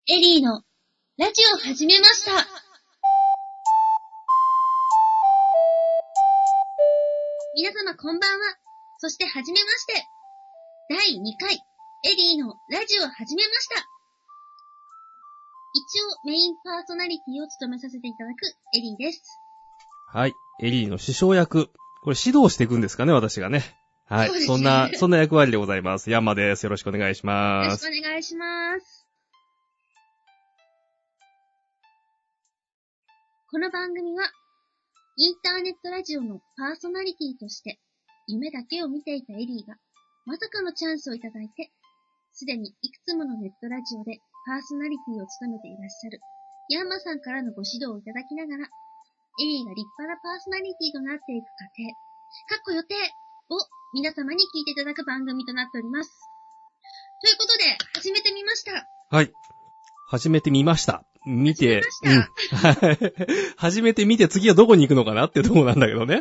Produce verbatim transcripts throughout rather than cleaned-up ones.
エリーのラジオ始めました。皆様こんばんは。そして始めまして。だいにかい、エリーのラジオ始めました。一応メインパーソナリティを務めさせていただくエリーです。 はい。エリーの師匠役。これ指導していくんですかね、私がね。はい。 そ, ね、そんな、そんな役割でございます。ヤンマです。よろしくお願いします。 よろしくお願いします。この番組は、インターネットラジオのパーソナリティとして、夢だけを見ていたエリーが、まさかのチャンスをいただいて、すでにいくつものネットラジオでパーソナリティを務めていらっしゃる、ヤンマさんからのご指導をいただきながら、エリーが立派なパーソナリティとなっていく過程、かっこ予定を皆様に聞いていただく番組となっております。ということで、始めてみました。 はい。始めてみました。見て、うん。初めて見て次はどこに行くのかなっていうところなんだけどね。 はい。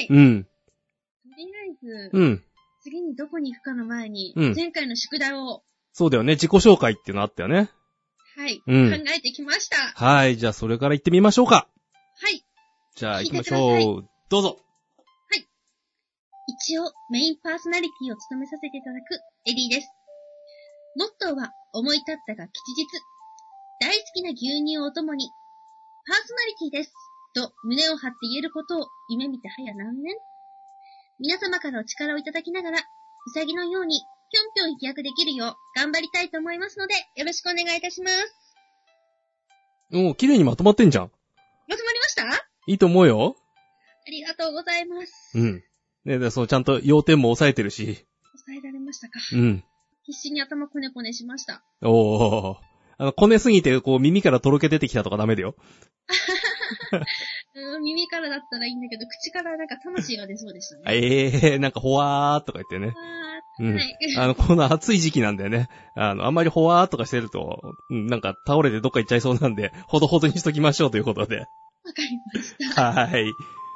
うん。 とりあえず、 うん。 次にどこに行くかの前に、 うん、 前回の宿題を。 そうだよね。自己紹介っていうのあったよね。 はい。 うん、 考えてきました。 はい。じゃあそれから行ってみましょうか。 はい。 じゃあ行きましょう。どうぞ。 はい。一応、メインパーソナリティを務めさせていただくエリーです。モットーは、思い立ったが吉日。大好きな牛乳をお供に、パーソナリティです。と、胸を張って言えることを夢見て早何年。皆様からお力をいただきながら、うさぎのように、ぴょんぴょん飛躍できるよう、頑張りたいと思いますので、よろしくお願いいたします。 おー、綺麗にまとまってんじゃん。 まとまりました？ いいと思うよ。 ありがとうございます。 うん。ね、で、そう、ちゃんと要点も抑えてるし。 抑えられましたか。 うん。 必死に頭こねこねしました。 おー。あの、こねすぎて、こう、耳からとろけ出てきたとかダメだよ。 うん、耳からだったらいいんだけど、口からなんか魂が出そうでしたね。 ええー、なんかほわーとか言ってね。うん。はい、あの、この暑い時期なんだよね。あの、あんまりほわーとかしてると、うん、なんか倒れてどっか行っちゃいそうなんで、ほどほどにしときましょうということで。 わかりました。 はい。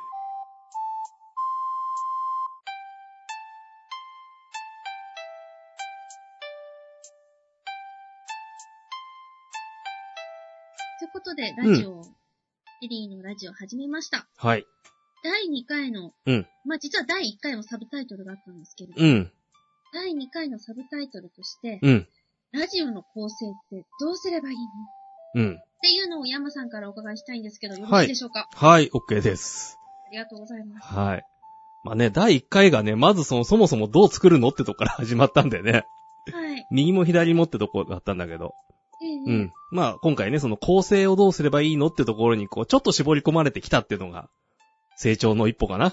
ということで、ラジオ、うん、エリーのラジオ始めました。 はい。 だいにかいの、 うん。 まあ、実はだいいっかいもサブタイトルがあったんですけれども、うん。 だいにかいのサブタイトルとして、 うん。 ラジオの構成ってどうすればいいの？ うん。 っていうのをヤンマさんからお伺いしたいんですけど、よろしいでしょうか？ はい、はい、OK です。 ありがとうございます。 はい。まあね、だいいっかいがね、まずその、そもそもどう作るのってとこから始まったんだよね。 はい。 右も左もってとこだったんだけど。 ええ、 うん。まあ、今回ね、その構成をどうすればいいのってところに、こう、ちょっと絞り込まれてきたっていうのが、成長の一歩かな。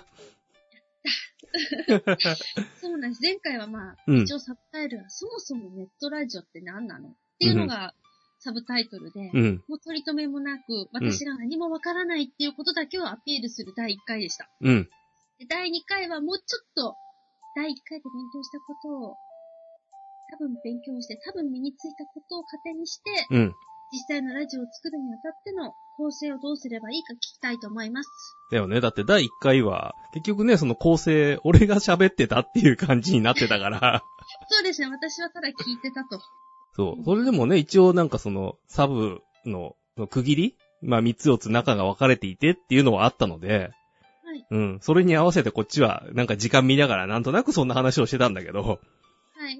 そうなんです。前回はまあ、 うん、 一応サブタイトルは、そもそもネットラジオって何なのっていうのが、サブタイトルで、 うん、 もう取り留めもなく、私が何もわからないっていうことだけをアピールするだいいっかいでした。 うん。 でだいにかいはもうちょっと、だいいっかいで勉強したことを、多分勉強して、多分身についたことを糧にして、 うん。 実際のラジオを作るにあたっての構成をどうすればいいか聞きたいと思います。 だよね。だってだいいっかいは、結局ね、その構成、俺が喋ってたっていう感じになってたから。 そうですね。私はただ聞いてたと。 そう。それでもね、一応なんかその、サブの、の区切りまあみっつよっつ中が分かれていてっていうのはあったので、 はい。 うん。それに合わせてこっちは、なんか時間見ながらなんとなくそんな話をしてたんだけど、 はい。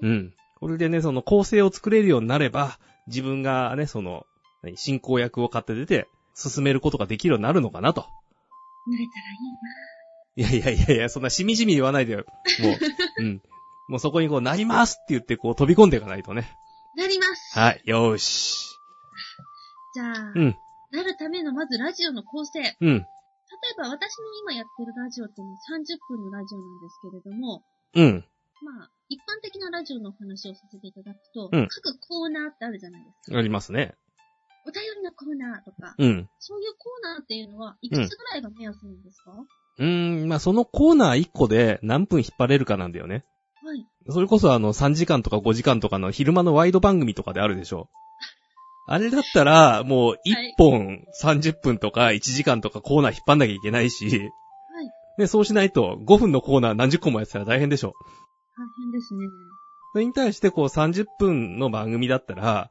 うん。これでね、その構成を作れるようになれば、自分がね、その、進行役を買って出て、進めることができるようになるのかなと。 なれたらいいな。 いやいやいやいや、そんなしみじみ言わないでよ。もう、うん。もうそこにこう、なりますって言ってこう飛び込んでいかないとね。 なります。 はい、よーし。 じゃあ、 うん。 なるためのまずラジオの構成。 うん。 例えば私の今やってるラジオってもうさんじゅっぷんのラジオなんですけれども、 うん。 まあ、一般的なラジオの話をさせていただくと、 うん、 各コーナーってあるじゃないですか。 ありますね。 お便りのコーナーとか、 うん。 そういうコーナーっていうのは、いくつぐらいが目安なんですか？ うーん、まあそのコーナーいっこで何分引っ張れるかなんだよね。 はい。 それこそあのさんじかんとかごじかんとかの昼間のワイド番組とかであるでしょ。あれだったら、もういっぽんさんじゅっぷんとかいちじかんとかコーナー引っ張んなきゃいけないし、はい。で、そうしないとごふんのコーナー何十個もやってたら大変でしょ。 大変ですね。 それに対してこうさんじゅっぷんの番組だったら、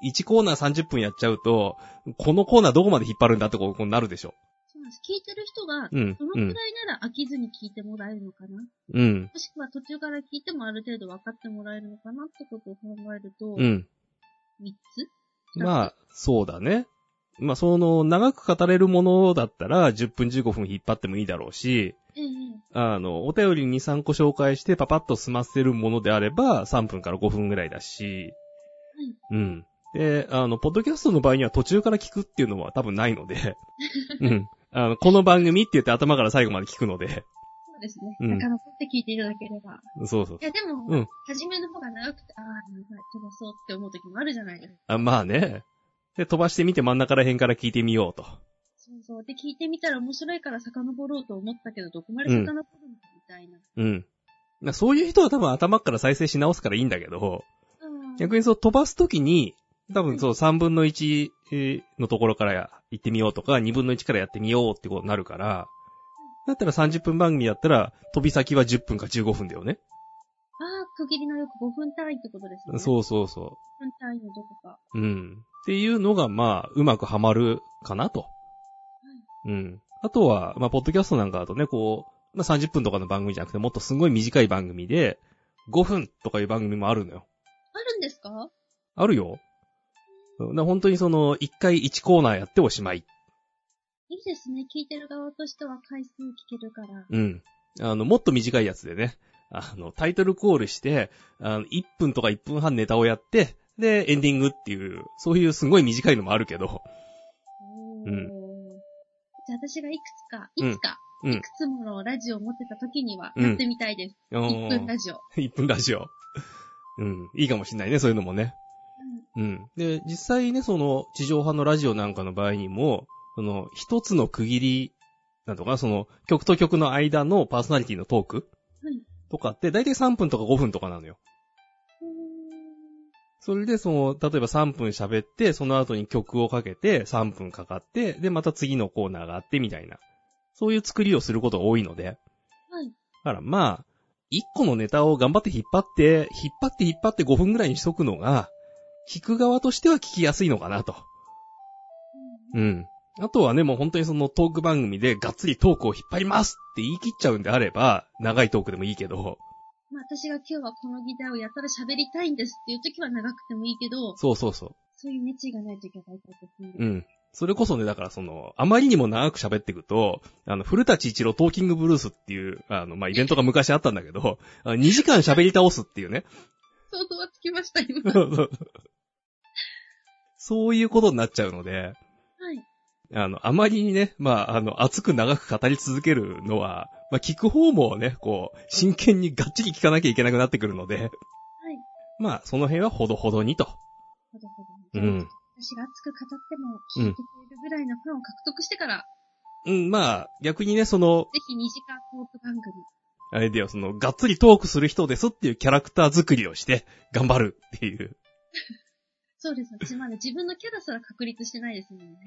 いちコーナーさんじゅっぷんやっちゃうと、このコーナーどこまで引っ張るんだってこうなるでしょ。 そうなんです。聞いてる人が、 うん。 どのくらいなら飽きずに聞いてもらえるのかな、 うん。 もしくは途中から聞いてもある程度分かってもらえるのかなってことを考えると、 うん。 みっつまあ、そうだね。まあ、その、長く語れるものだったら、じゅっぷんじゅうごふん引っ張ってもいいだろうし、 ええ、 あの、お便りに、さんこ紹介してパパッと済ませるものであれば、さんぷんからごふんぐらいだし、 はい。 うん。で、あの、ポッドキャストの場合には途中から聞くっていうのは多分ないので、うん。あの、この番組って言って頭から最後まで聞くので、 そうですね。 うん遡って聞いていただければ。 そうそう。 いや、でも、 うん。 初めの方が長くて、ああ、長い、飛ばそうって思う時もあるじゃないですか。 あ、まあね。で、飛ばしてみて真ん中ら辺から聞いてみようと。 そうそう。で、聞いてみたら面白いから遡ろうと思ったけど、どこまで遡るのかみたいな。 うん。うん。そういう人は多分頭から再生し直すからいいんだけど、 うん、 逆にそう飛ばすときに、多分そうさんぶんのいちのところから行ってみようとか、にぶんのいちからやってみようってことになるから、だったらさんじゅっぷん番組だったら、飛び先はじゅっぷんかじゅうごふんだよね。 ああ、区切りのよくごふん単位ってことですね。 そうそうそごふん単位のどこか。 う。うん。っていうのが、まあ、うまくはまるかなと。 はい、 うん。あとは、まあ、ポッドキャストなんかだとね、こう、まあ、さんじゅっぷんとかの番組じゃなくて、もっとすごい短い番組で、ごふんとかいう番組もあるのよ。 あるんですか？ あるよ。本当にその、一回一コーナーやっておしまい。 いいですね。聞いてる側としては回数聞けるから。 うん。あの、もっと短いやつでね、あの、タイトルコールして、あの、いっぷんとかいっぷんはんネタをやって、で、エンディングっていう、そういうすごい短いのもあるけど。 おー。うん、じゃあ私がいくつか、いつか、うん、いくつものラジオを持ってた時にはやってみたいです。うん、いっぷんラジオ。 いっぷんラジオ。うん。いいかもしんないね、そういうのもね。うん。うん。で、実際ね、その、地上波のラジオなんかの場合にも、その、一つの区切り、なんとか、その、曲と曲の間のパーソナリティのトーク、はい、とかって、だいたいさんぷんとかごふんとかなのよ。それで、その、例えばさんぷん喋って、その後に曲をかけて、さんぷんかかって、で、また次のコーナーがあって、みたいな。そういう作りをすることが多いので。はい。だから、まあ、一個のネタを頑張って引っ張って、引っ張って引っ張ってごふんぐらいにしとくのが、聞く側としては聞きやすいのかなと。うん。うん。あとはね、もう本当にそのトーク番組でがっつりトークを引っ張りますって言い切っちゃうんであれば、長いトークでもいいけど。 まあ私が今日はこのギターをやったら喋りたいんですっていう時は長くてもいいけど。 そうそうそう。 そういう熱意がないといけないことですね。 うん。それこそね、だからその、あまりにも長く喋っていくと、あの、古舘一郎トーキングブルースっていう、あの、まあ、イベントが昔あったんだけど、にじかん喋り倒すっていうね。 想像はつきました、今。 そういうことになっちゃうので、はい。あの、あまりにね、まあ、あの、熱く長く語り続けるのは、まあ、聞く方もね、こう、真剣にがっちり聞かなきゃいけなくなってくるので、はい。まあ、その辺はほどほどにと。 ほどほどに。うん。私が熱く語っても聞いてくれるぐらいのファンを獲得してから。 うん、まあ、逆にね、その、 ぜひにじかんトーク番組。 あれだよ、その、がっつりトークする人ですっていうキャラクター作りをして、頑張るっていう。 そうです。私まだ自分のキャラすら確立してないですもんね。 うん。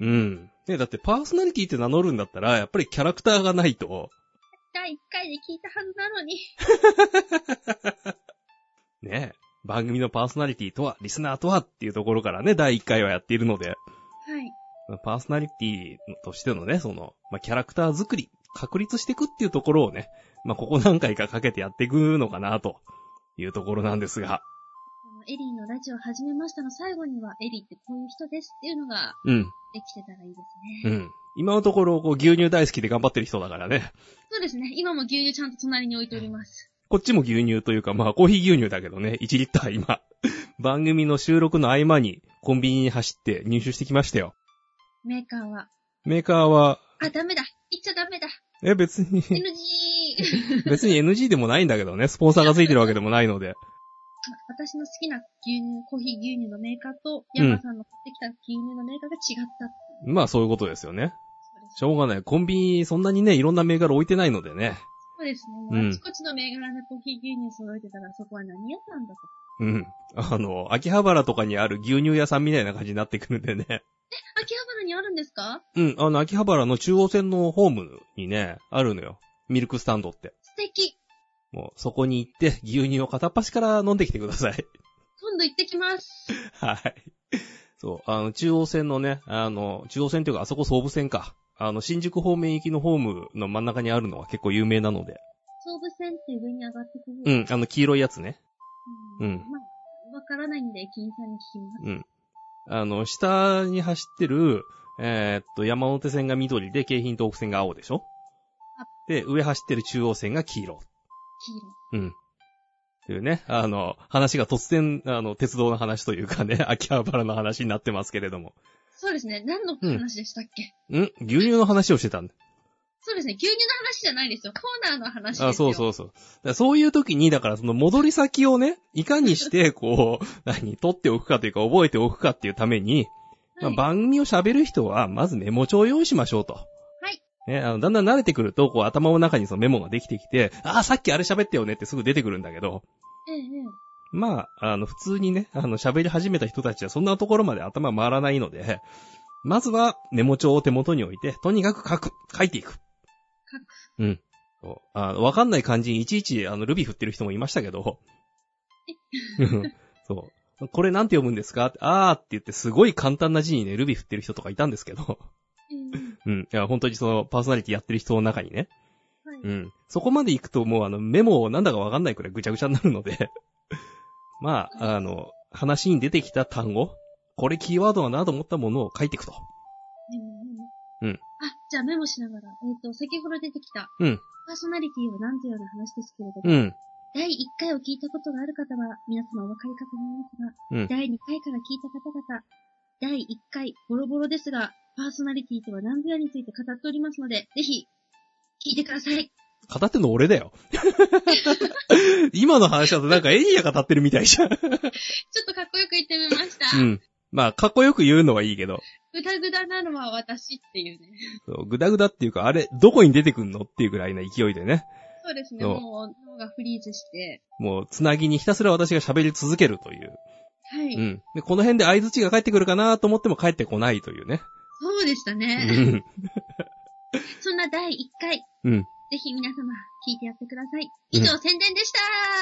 ね、だってパーソナリティって名乗るんだったら、やっぱりキャラクターがないと。 だいいっかいで聞いたはずなのに。 ねえ。番組のパーソナリティとは、リスナーとはっていうところからね、だいいっかいはやっているので。はい。パーソナリティとしてのね、その、まあ、キャラクター作り、確立していくっていうところをね、まあ、ここ何回かかけてやっていくのかな、というところなんですが。 エリーのラジオ始めましたの最後には、エリーってこういう人ですっていうのが、 うん。 できてたらいいですね。うん。今のところ、こう、牛乳大好きで頑張ってる人だからね。 そうですね。今も牛乳ちゃんと隣に置いております。 こっちも牛乳というか、まあ、コーヒー牛乳だけどね、いちリッター今、番組の収録の合間にコンビニに走って入手してきましたよ。 メーカーはメーカーは、 あ、ダメだ。言っちゃダメだ。 え、別に。 エヌジー別に エヌジー でもないんだけどね、スポンサーがついてるわけでもないので。 私の好きな牛乳、コーヒー牛乳のメーカーと、ヤマさんの買ってきた牛乳のメーカーが違ったって、 うん。まあそういうことですよね。しょうがない。コンビニそんなにね、いろんな銘柄置いてないのでね。 そうですね。あちこちの銘柄のコーヒー牛乳揃えてたら、そこは何屋さんだと。 うん。あの、秋葉原とかにある牛乳屋さんみたいな感じになってくるんでね。え、 秋葉原にあるんですか？ うん。あの、秋葉原の中央線のホームにね、あるのよ。ミルクスタンドって。 素敵。 もう、そこに行って、牛乳を片っ端から飲んできてください。 今度行ってきます。 はい。 そう、あの、中央線のね、あの、中央線っていうか、あそこ総武線か。あの、新宿方面行きのホームの真ん中にあるのは結構有名なので。 総武線って上に上がってくる。 うん、あの、黄色いやつね。 うん。 うん。 まあ、わからないんで、金さんに聞きます。 うん。あの、下に走ってる、えー、っと、山手線が緑で、京浜東北線が青でしょ？で、上走ってる中央線が黄色。 黄色。 うん。というね、あの、話が突然、あの、鉄道の話というかね、秋葉原の話になってますけれども。 そうですね。何の話でしたっけ？ ん？牛乳の話をしてたんだ。 そうですね。牛乳の話じゃないですよ。コーナーの話ですよ。 あ、そうそうそう。だからそういう時に、だからその戻り先をね、いかにして、こう、何、取っておくかというか、覚えておくかっていうために、 はい、 まあ、番組を喋る人は、まずメモ帳を用意しましょうと。 はい。 ね、あの、だんだん慣れてくると、こう、頭の中にそのメモができてきて、ああ、さっきあれ喋ったよねってすぐ出てくるんだけど、 ええ、ええ。 まあ、あの、普通にね、あの、喋り始めた人たちはそんなところまで頭回らないので、まずはメモ帳を手元に置いて、とにかく書く。書いていく。 書く。 うん。そうあわかんない漢字にいちいち、あの、ルビ振ってる人もいましたけど。そう。これなんて読むんですかあーって言ってすごい簡単な字にね、ルビ振ってる人とかいたんですけど。うん。いや、本当にその、パーソナリティやってる人の中にね。 はい。 うん。そこまで行くともうあの、メモをなんだかわかんないくらいぐちゃぐちゃになるので。まあ、あの、話に出てきた単語、これキーワードだなと思ったものを書いていくと。 メモ、メモ。 うん。 あ、じゃあメモしながら、えっ、ー、と、先ほど出てきた、 うん。 パーソナリティはなんというような話ですけれども、 うん。 だいいっかいを聞いたことがある方は、皆様お分かりかと思いますが、 うん。 だいにかいから聞いた方々、だいいっかい、ボロボロですが、パーソナリティとは何ぞやについて語っておりますので、ぜひ、聞いてください。 語ってんの俺だよ。今の話だとなんかエリア語ってるみたいじゃん。ちょっとかっこよく言ってみました。 うん。まあ、かっこよく言うのはいいけど。 ぐだぐだなのは私っていうね。 そう、ぐだぐだっていうか、あれ、どこに出てくんのっていうぐらいな勢いでね。 そうですね、もう脳がフリーズして。 もう、つなぎにひたすら私が喋り続けるという。 はい。 うん。で、この辺で相槌が返ってくるかなと思っても返ってこないというね。 そうでしたね。 うん。 そんなだいいっかい。 うん。 ぜひ皆様、聞いてやってください。以上、うん、宣伝でした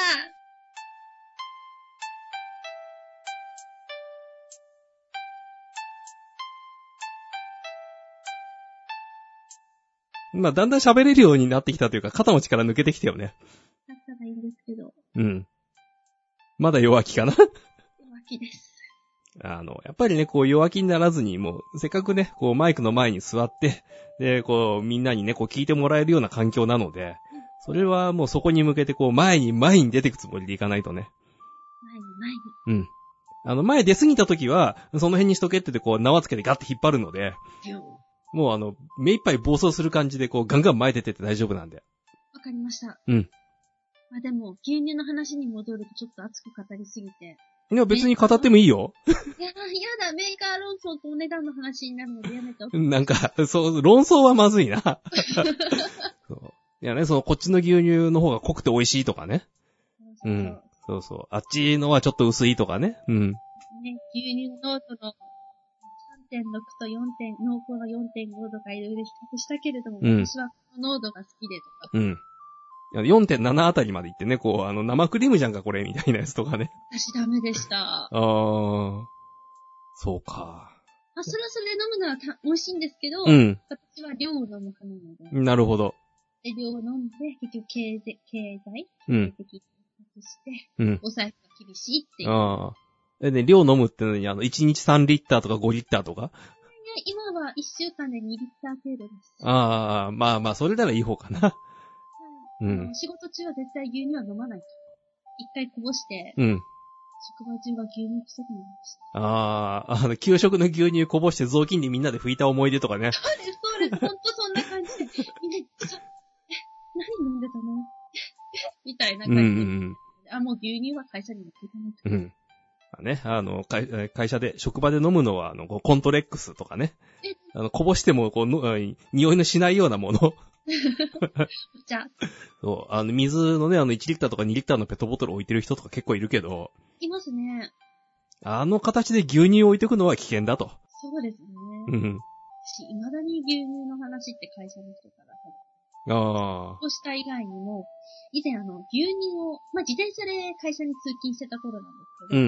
ー。まあ、だんだん喋れるようになってきたというか、肩の力抜けてきたよね。 だったらいいんですけど。 うん。まだ弱気かな弱気です。 あの、やっぱりね、こう弱気にならずに、もう、せっかくね、こうマイクの前に座って、で、こう、みんなにね、こう聞いてもらえるような環境なので、それはもうそこに向けて、こう、前に前に出てくつもりでいかないとね。 前に前に。 うん。あの、前出過ぎた時は、その辺にしとけってて、こう、縄つけてガッて引っ張るので、もうあの、目いっぱい暴走する感じで、こう、ガンガン前出てって大丈夫なんで。 わかりました。 うん。 まあでも、牛乳の話に戻るとちょっと熱く語りすぎて。 いや、別に語ってもいいよ。 いや、やだ、メーカー論争とお値段の話になるのでやめておく。 なんか、そう、論争はまずいな。そういやね、その、こっちの牛乳の方が濃くて美味しいとかね。うん。そうそう。あっちのはちょっと薄いとかね。うん。 ね、牛乳の濃度の さんてんろく とよんてん、濃厚の よんてんご とかいろいろ比較したけれども、うん、私はこの濃度が好きでとか。 うん。よんてんなな あたりまでいってね、こう、あの、生クリームじゃんか、これ、みたいなやつとかね。 私ダメでした。 あー。そうか。 まあ、それはそれで飲むのはた美味しいんですけど、 うん。 私は量を飲む派なので。 なるほど。 で、量を飲んで、結局経済、経済うん。 経済的にして、 うん。 お財布が厳しいっていう。 ああ。え、ね、量飲むってのに、あの、いちにちさんリッターとかごリッターとかいや、今はいっしゅうかんでにリッター程度です。 ああ、まあまあ、それならいい方かな。 うん。仕事中は絶対牛乳は飲まないと。一回こぼして、 うん。 職場中が牛乳臭くなりました。 ああ、あの、給食の牛乳こぼして雑巾でみんなで拭いた思い出とかね。 そうです、そうです。ほんとそんな感じで。みんな、え、何飲んでたのみたいな感じで。うんうんうん。あ、もう牛乳は会社に持っていかないと。 うん。ね、あの、会、会社で、職場で飲むのは、あの、コントレックスとかね。あの、こぼしても、こうの、匂いのしないようなもの。 お茶。 そう、あの、水のね、あの、いちリッターとかにリッターのペットボトル置いてる人とか結構いるけど。 いますね。 あの形で牛乳を置いておくのは危険だと。 そうですね。 うん。 私、未だに牛乳の話って会社の人からああ。 そうした以外にも、以前あの、牛乳を、まあ、自転車で会社に通勤してた頃なんですけど、 うん。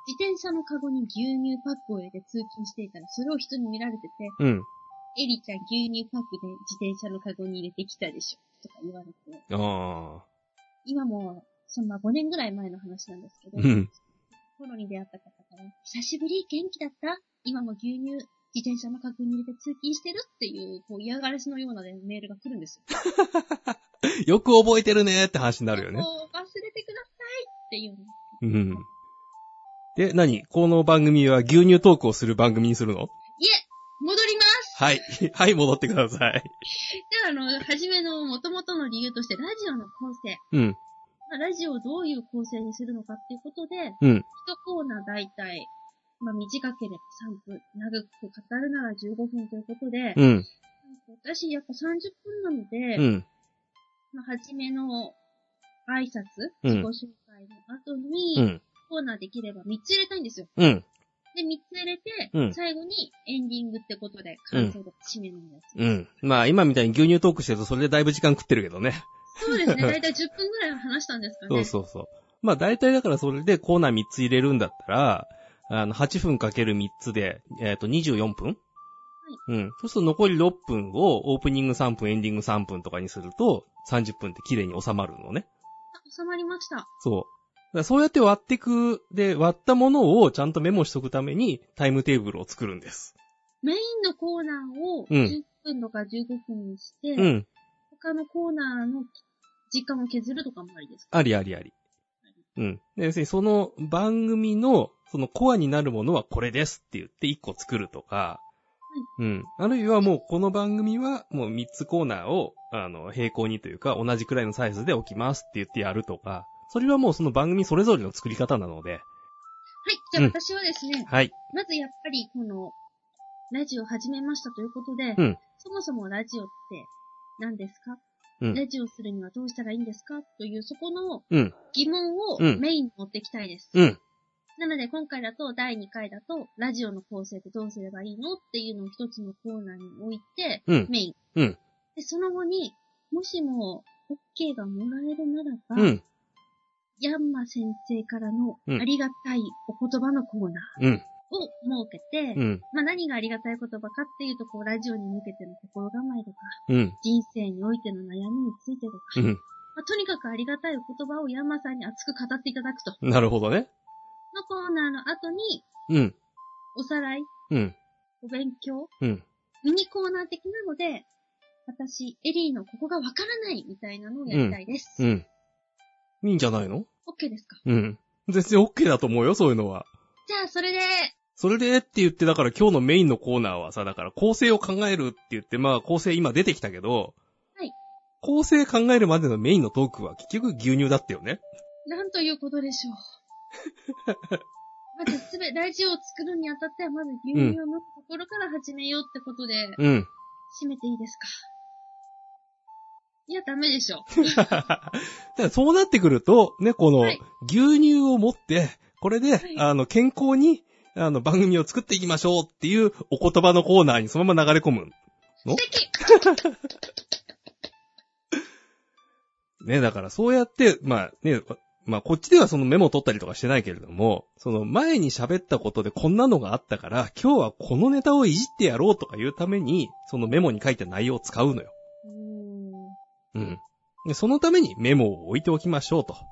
自転車のカゴに牛乳パックを入れて通勤していたら、それを人に見られてて、 うん。 エリちゃん牛乳パックで自転車のカゴに入れてきたでしょ、とか言われて。 ああ。 今も、そんなごねんぐらい前の話なんですけど、 うん。 頃に出会った方から、久しぶり元気だった？今も牛乳、自転車のカゴに入れて通勤してるっていう、こう嫌がらせのような、ね、メールが来るんですよ。 よく覚えてるねって話になるよね。 もう忘れてくださいっていうの。 うん。で、何？この番組は牛乳トークをする番組にするの？ いえ、戻ります。 はい。はい、戻ってください。で、 あの、はじめの元々の理由として、ラジオの構成。 うん。 まあ、ラジオをどういう構成にするのかっていうことで、 うん。 一コーナーだいたい、まあ短ければさんぷん、長く語るならじゅうごふんということで、 うん。 私やっぱさんじゅっぷんなので、 うん。まあ、はじめの挨拶、自己紹介の後に、うん、コーナーできればみっつ入れたいんですよ。 うん。 で、みっつ入れて、うん、最後にエンディングってことで、感想とか締めるんです、 うん。うん。まあ、今みたいに牛乳トークしてるとそれでだいぶ時間食ってるけどね。 そうですね。だいたいじゅっぷんぐらい話したんですかね。 そうそうそう。まあ、だいたいだからそれでコーナーみっつ入れるんだったら、あの、はっぷんかけるみっつで、えっと、にじゅうよんぷん？はい。うん。そうすると残りろっぷんをオープニングさんぷん、エンディングさんぷんとかにすると、さんじゅっぷんって綺麗に収まるのね。 あ、収まりました。 そう。だからそうやって割っていく、で、割ったものをちゃんとメモしとくためにタイムテーブルを作るんです。 メインのコーナーをじゅっぷんとかじゅうごふんにして、うん。他のコーナーの時間を削るとかもありですか？ ありありあり。うん。で、要するにその番組の、そのコアになるものはこれですって言っていっこ作るとか、うん。あるいはもうこの番組はもうみっつコーナーを、あの、並行にというか同じくらいのサイズで置きますって言ってやるとか、それはもうその番組それぞれの作り方なので。はい。 じゃあ私はですね、うん、 はい。 まずやっぱりこの、ラジオ始めましたということで、 うん。 そもそもラジオって何ですか？うん、ラジオするにはどうしたらいいんですかというそこの疑問をメインに持っていきたいです。うん。うんなので今回だとだいにかいだとラジオの構成ってどうすればいいのっていうのを一つのコーナーに置いて、うん、メイン、うん。で、その後にもしも OK がもらえるならば、うん、ヤンマ先生からのありがたいお言葉のコーナーを設けて、うん、まあ何がありがたい言葉かっていうとこうラジオに向けての心構えとか、うん、人生においての悩みについてとか、うんまあ、とにかくありがたいお言葉をヤンマさんに熱く語っていただくと。 なるほどね。 のコーナーの後に、 うん。 おさらい、 うん。 お勉強、 うん。 ミニコーナー的なので、私、エリーのここがわからないみたいなのをやりたいです。 うん。うん。いいんじゃないの？ OK ですか？ うん。全然 OK だと思うよ、そういうのは。 じゃあ、それで。 それでって言って、だから今日のメインのコーナーはさ、だから構成を考えるって言って、まあ構成今出てきたけど、はい。構成考えるまでのメインのトークは結局牛乳だったよね。 なんということでしょう。まずすべ、ラジオを作るにあたっては、まず牛乳を飲むところから始めようってことで、うん。締めていいですか？いや、ダメでしょ。 だからそうなってくると、ね、この、牛乳を持って、これで、はい、あの、健康に、あの、番組を作っていきましょうっていうお言葉のコーナーにそのまま流れ込むの？素敵ね、だからそうやって、まあね、まあこっちではそのメモを取ったりとかしてないけれども、その前に喋ったことでこんなのがあったから、今日はこのネタをいじってやろうとかいうために、そのメモに書いた内容を使うのよ。うん。で、そのためにメモを置いておきましょうと。はい。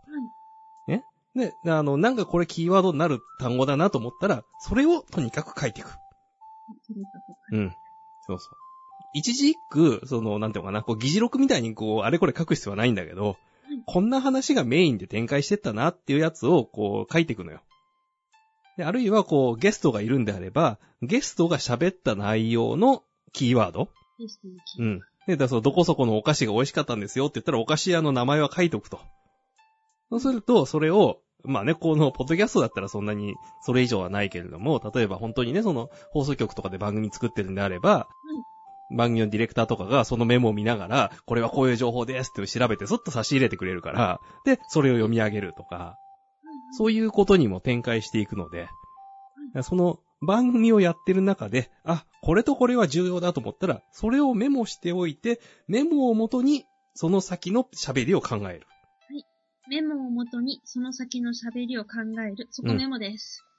ね。で、あの、なんかこれキーワードになる単語だなと思ったら、それをとにかく書いていく。うん。そうそう。一字一句、その、なんていうのかな、こう、議事録みたいにこう、あれこれ書く必要はないんだけど、こんな話がメインで展開してったなっていうやつをこう書いていくのよ。で、あるいはこうゲストがいるんであれば、ゲストが喋った内容のキーワード。うん。で、だからそのどこそこのお菓子が美味しかったんですよって言ったらお菓子屋の名前は書いておくと。そうすると、それを、まあね、このポッドキャストだったらそんなにそれ以上はないけれども、例えば本当にね、その放送局とかで番組作ってるんであれば、うん番組のディレクターとかがそのメモを見ながら、これはこういう情報ですって調べてそっと差し入れてくれるから、で、それを読み上げるとか、そういうことにも展開していくので、その番組をやってる中で、あ、これとこれは重要だと思ったら、それをメモしておいて、メモをもとにその先の喋りを考える。はい。 メモをもとにその先の喋りを考える。そこメモです。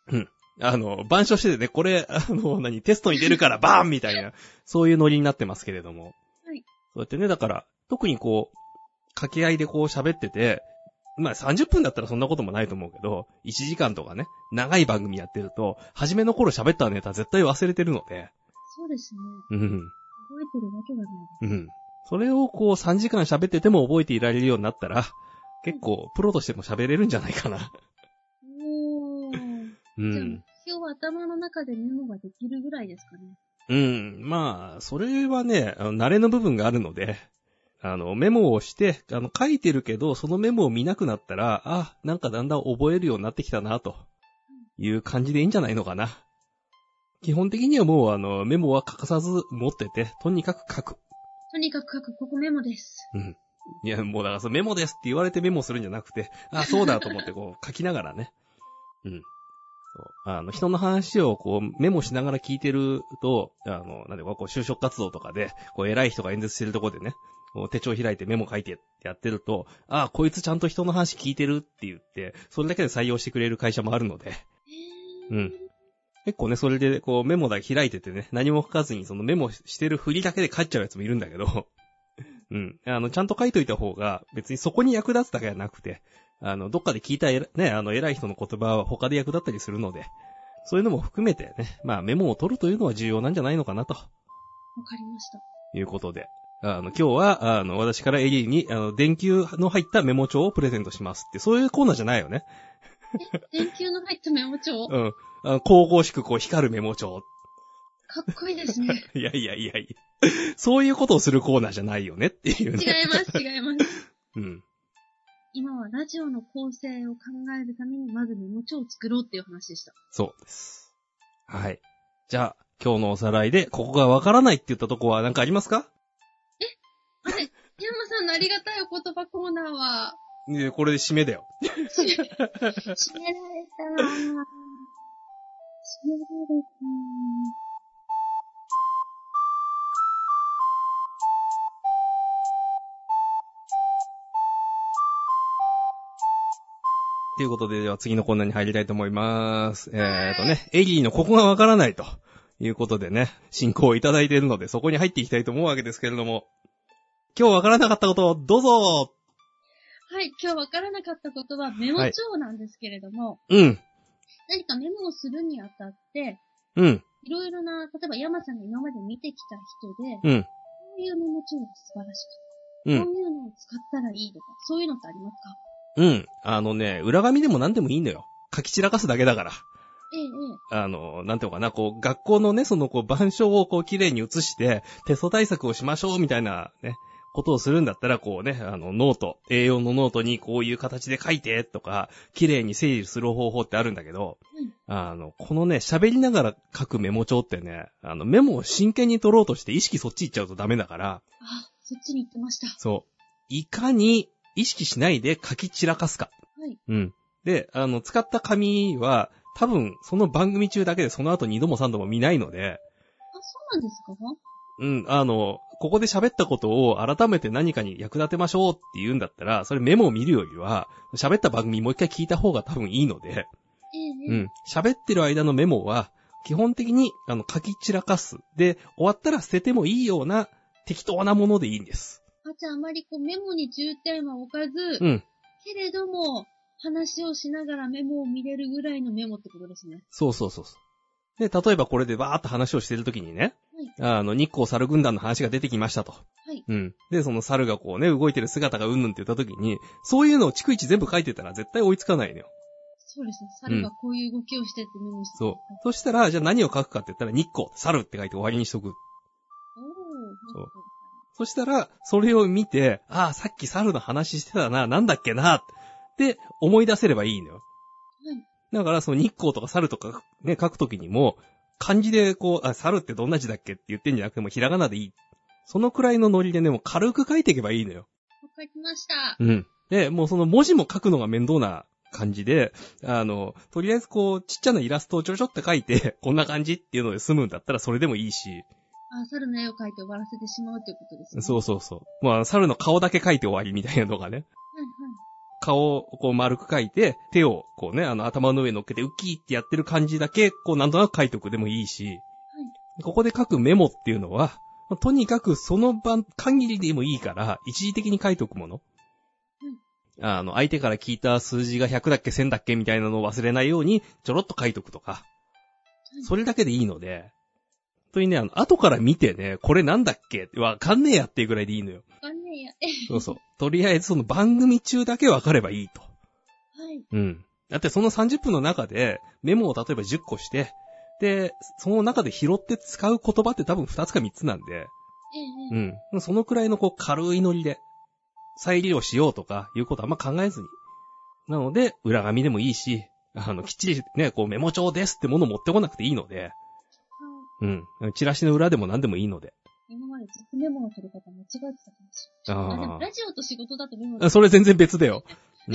うん。あの、板書しててね、これ、あの、何、テストに出るからバーンみたいな、そういうノリになってますけれども。 はい。 そうやってね、だから、特にこう、掛け合いでこう喋ってて、まあさんじゅっぷんだったらそんなこともないと思うけど、いちじかんとかね、長い番組やってると、初めの頃喋ったネタ絶対忘れてるので。 そうですね。 うん。 覚えてるわけがないです。 うん。それをこうさんじかん喋ってても覚えていられるようになったら、結構プロとしても喋れるんじゃないかな。 おー。 うじゃあ、 ん。 今日は頭の中でメモができるぐらいですかね。 うん。まあ、それはね、あの慣れの部分があるので、あの、メモをして、あの、書いてるけど、そのメモを見なくなったら、あ、なんかだんだん覚えるようになってきたな、という感じでいいんじゃないのかな。基本的にはもう、あの、メモは欠かさず持ってて、とにかく書く。 とにかく書く、ここメモです。 うん。いや、もうだからそのメモですって言われてメモするんじゃなくて、あ、そうだと思ってこう書きながらね。うん。そう。あの、人の話をこうメモしながら聞いてると、あの、なんでこう、就職活動とかで、こう、偉い人が演説してるところでね、こう手帳開いてメモ書いてやってると、あ、こいつちゃんと人の話聞いてるって言って、それだけで採用してくれる会社もあるので。うん。結構ね、それでこうメモだけ開いててね、何も書かずにそのメモしてる振りだけで帰っちゃうやつもいるんだけど、うん。あの、ちゃんと書いといた方が、別にそこに役立つだけじゃなくて、あの、どっかで聞いたえね、あの、偉い人の言葉は他で役立ったりするので、そういうのも含めてね、まあメモを取るというのは重要なんじゃないのかなと。 わかりました。 いうことで。あの、今日は、あの、私からエリーに、あの、電球の入ったメモ帳をプレゼントしますって、そういうコーナーじゃないよね。 え、電球の入ったメモ帳うん。あの、神々しくこう光るメモ帳。 かっこいいですね。 いやいやいやいや。そういうことをするコーナーじゃないよねっていうね。 違います、違います。 うん。 今はラジオの構成を考えるために、まずメモ帳を作ろうっていう話でした。 そうです。はい。じゃあ、今日のおさらいで、ここがわからないって言ったとこは何かありますか？ えあれ、山さんのありがたいお言葉コーナーは、 で、これで締めだよ。 締め、締められた。締められた。 ということで、では次のコーナーに入りたいと思います。えーとね、エリーのここがわからないということでね、進行をいただいているので、そこに入っていきたいと思うわけですけれども、今日わからなかったことをどうぞ。 はい、今日わからなかったことはメモ帳なんですけれども、 はい、うん。 何かメモをするにあたって、 うん。 いろいろな、例えば山さんが今まで見てきた人で、 うん。 こういうメモ帳が素晴らしかった。 うん。 こういうのを使ったらいいとか、そういうのってありますか？ うん。あのね、裏紙でも何でもいいんだよ。書き散らかすだけだから。 ええ、ええ。 あの、なんていうのかな、こう、学校のね、その、こう、板書をこう、綺麗に写して、テスト対策をしましょう、みたいな、ね、ことをするんだったら、こうね、あの、ノート、エーよん のノートにこういう形で書いて、とか、綺麗に整理する方法ってあるんだけど、うん、あの、このね、喋りながら書くメモ帳ってね、あの、メモを真剣に取ろうとして意識そっち行っちゃうとダメだから、 あ、そっちに行ってました。 そう。いかに意識しないで書き散らかすか。 はい。 うん。で、あの、使った紙は、多分、その番組中だけでその後二度も三度も見ないので。 あ、そうなんですか？ うん、あの、ここで喋ったことを改めて何かに役立てましょうって言うんだったら、それメモを見るよりは、喋った番組もう一回聞いた方が多分いいので。 ええ、 うん。喋ってる間のメモは、基本的に、あの、書き散らかす。で、終わったら捨ててもいいような、適当なものでいいんです。 あ、じゃああまりこうメモに重点は置かず、 うん。けれども、話をしながらメモを見れるぐらいのメモってことですね。 そうそうそう。で、例えばこれでバーっと話をしてるときにね、はい、あの、日光猿軍団の話が出てきましたと。はい。うん。で、その猿がこうね、動いてる姿がうんぬんって言ったときに、そういうのを逐一全部書いてたら絶対追いつかないのよ。 そうですね。猿がこういう動きをしてってメモして、 うん。そう。そしたら、じゃあ何を書くかって言ったら、日光、猿って書いて終わりにしとく。おー。そう。そしたら、それを見て、ああ、さっき猿の話してたな、なんだっけな、って思い出せればいいのよ。はい。だから、その日光とか猿とかね、書くときにも、漢字でこう、あ、猿ってどんな字だっけって言ってんじゃなくても、ひらがなでいい。そのくらいのノリでね、もう軽く書いていけばいいのよ。 わかりました。 うん。で、もうその文字も書くのが面倒な感じで、あの、とりあえずこう、ちっちゃなイラストをちょちょって書いて、こんな感じっていうので済むんだったらそれでもいいし。 あ、猿の絵を描いて終わらせてしまうということですね。 そうそうそう。まあ、猿の顔だけ描いて終わりみたいなのがね。はいはい。 顔をこう丸く描いて、手をこうね、あの頭の上に乗っけてウキーってやってる感じだけ、こうなんとなく描いとくでもいいし、はい、ここで書くメモっていうのは、とにかくその場限りでもいいから、一時的に書いとくもの。うん、あの、相手から聞いた数字がひゃくだっけせんだっけみたいなのを忘れないように、ちょろっと書いとくとか。それだけでいいので、本当にね、あの、後から見てね、これなんだっけわかんねえやっていうぐらいでいいのよ。 わかんねえや。 そうそう。とりあえずその番組中だけわかればいいと。はい。うん。だってそのさんじゅっぷんの中で、メモを例えばじゅっこして、で、その中で拾って使う言葉って多分ふたつかみっつなんで、うん。うん。そのくらいのこう軽いノリで、再利用しようとかいうことあんま考えずに。なので、裏紙でもいいし、あの、きっちりね、こうメモ帳ですってものを持ってこなくていいので、うん。チラシの裏でも何でもいいので。 今までずっとメモの取り方間違えてたかもしれない。ああ。でもラジオと仕事だとメモあそれ全然別だよ。うん。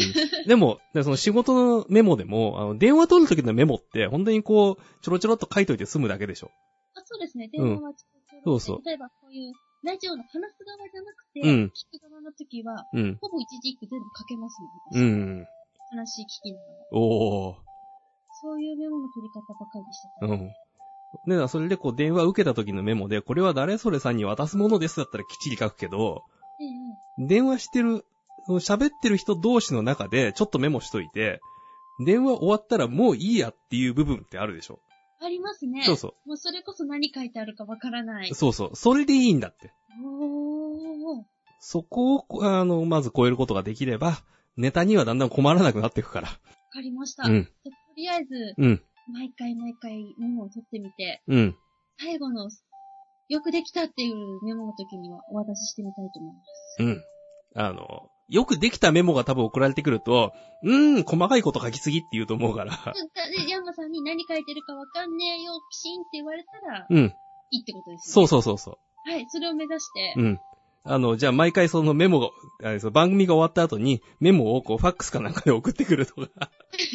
でも、その仕事のメモでも、あの、電話取るときのメモって、本当にこう、ちょろちょろっと書いといて済むだけでしょ。 あ、そうですね。電話はちょろちょろ、うん。そうそう。例えばこういう、ラジオの話す側じゃなくて、うん、聞く側のときは、うん、ほぼ一字一句全部書けますね。うん。話聞きながら。おー。そういうメモの取り方ばかりしてた。うん。 ね、それでこう電話受けた時のメモで、これは誰それさんに渡すものですだったらきっちり書くけど、ええ、電話してる、喋ってる人同士の中でちょっとメモしといて、電話終わったらもういいやっていう部分ってあるでしょ。 ありますね。 そうそう。 もうそれこそ何書いてあるかわからない。 そうそう。それでいいんだって。 おー。 そこを、あの、まず超えることができれば、ネタにはだんだん困らなくなっていくから。わかりました。 うん。 とりあえず、 うん。 毎回毎回メモを取ってみて、 うん。 最後のよくできたっていうメモの時にはお渡ししてみたいと思います。 うん。あの、よくできたメモが多分送られてくると、うーん、細かいこと書きすぎって言うと思うから。 で、ヤンマさんに何書いてるかわかんねえよ、ピシンって言われたら、 うん。 いいってことですね。 そうそうそうそう。 はい、それを目指して。 うん。あの、じゃあ毎回そのメモが、あれそう番組が終わった後にメモをこうファックスかなんかで送ってくるとか。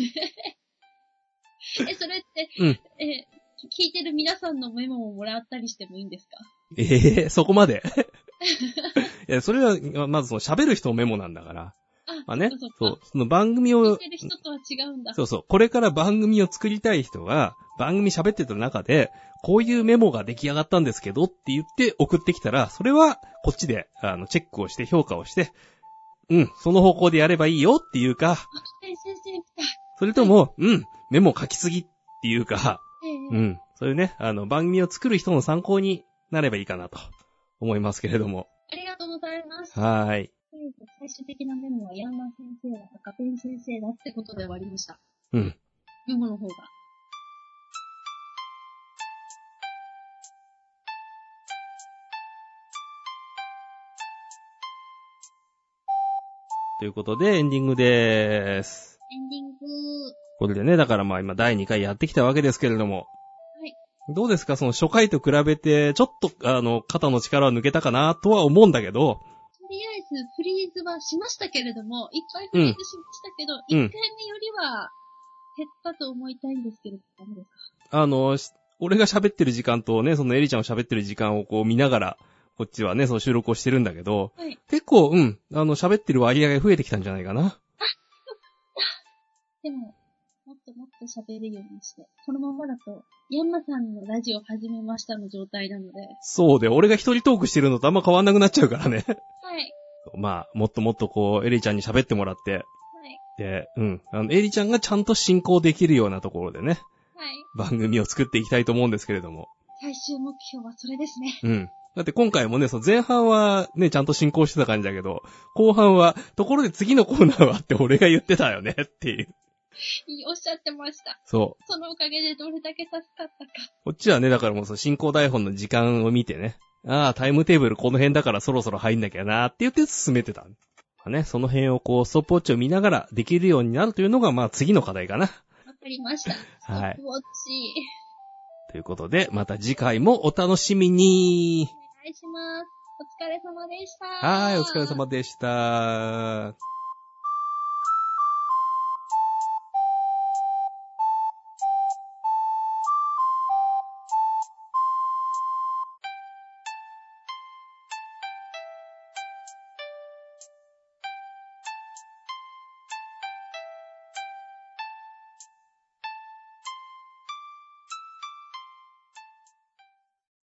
え、それって、 うん、 え、聞いてる皆さんのメモをもらったりしてもいいんですか？ ええー、そこまでいや、それは、まずその喋る人のメモなんだから。 あ、 まあね。 そうそう。その番組を。 聞いてる人とは違うんだ。 そうそう。これから番組を作りたい人が、番組喋ってた中で、こういうメモが出来上がったんですけどって言って送ってきたら、それはこっちで、あの、チェックをして評価をして、うん、その方向でやればいいよっていうか、 先生みたい。 それとも、はい、うん、メモ書きすぎっていうか、 ええ、 うん、そういうね、あの、番組を作る人の参考になればいいかなと思いますけれども。 ありがとうございます。 はーい。 最終的なメモはヤンマ先生だとかペン先生だってことで終わりました。 うん。 メモの方が。 ということでエンディングでーす。 エンディング。 これでね、だからまあ今だいにかいやってきたわけですけれども。 はい。 どうですかその初回と比べて、ちょっとあの、肩の力は抜けたかなとは思うんだけど、 とりあえずフリーズはしましたけれども、いっぱいフリーズしましたけど、うん、いっかいめよりは減ったと思いたいんですけど、ダメですか？ あの、俺が喋ってる時間とね、そのエリちゃんを喋ってる時間をこう見ながら、こっちはね、その収録をしてるんだけど、はい、結構、うん、あの、喋ってる割合が増えてきたんじゃないかな。あ、 でも、もっともっと喋るようにして、このままだと、ヤンマさんのラジオ始めましたの状態なので。 そうで、俺が一人トークしてるのとあんま変わんなくなっちゃうからね。 はい。 まあ、もっともっとこう、エリちゃんに喋ってもらって、はい。で、うん。あの、エリちゃんがちゃんと進行できるようなところでね。 はい。 番組を作っていきたいと思うんですけれども。 最終目標はそれですね。 うん。だって今回もね、その前半はね、ちゃんと進行してた感じだけど、後半は、ところで次のコーナーはって俺が言ってたよねっていう。 おっしゃってました。 そう。 そのおかげでどれだけ助かったか。 こっちはね、だからもうその進行台本の時間を見てね、ああ、タイムテーブルこの辺だからそろそろ入んなきゃなーって言って進めてた。まあね、その辺をこう、ストップウォッチを見ながらできるようになるというのが、まあ次の課題かな。 わかりました。 はい。 ストップウォッチ。 ということで、また次回もお楽しみに。 お願いします。お疲れ様でした。 はい、お疲れ様でした。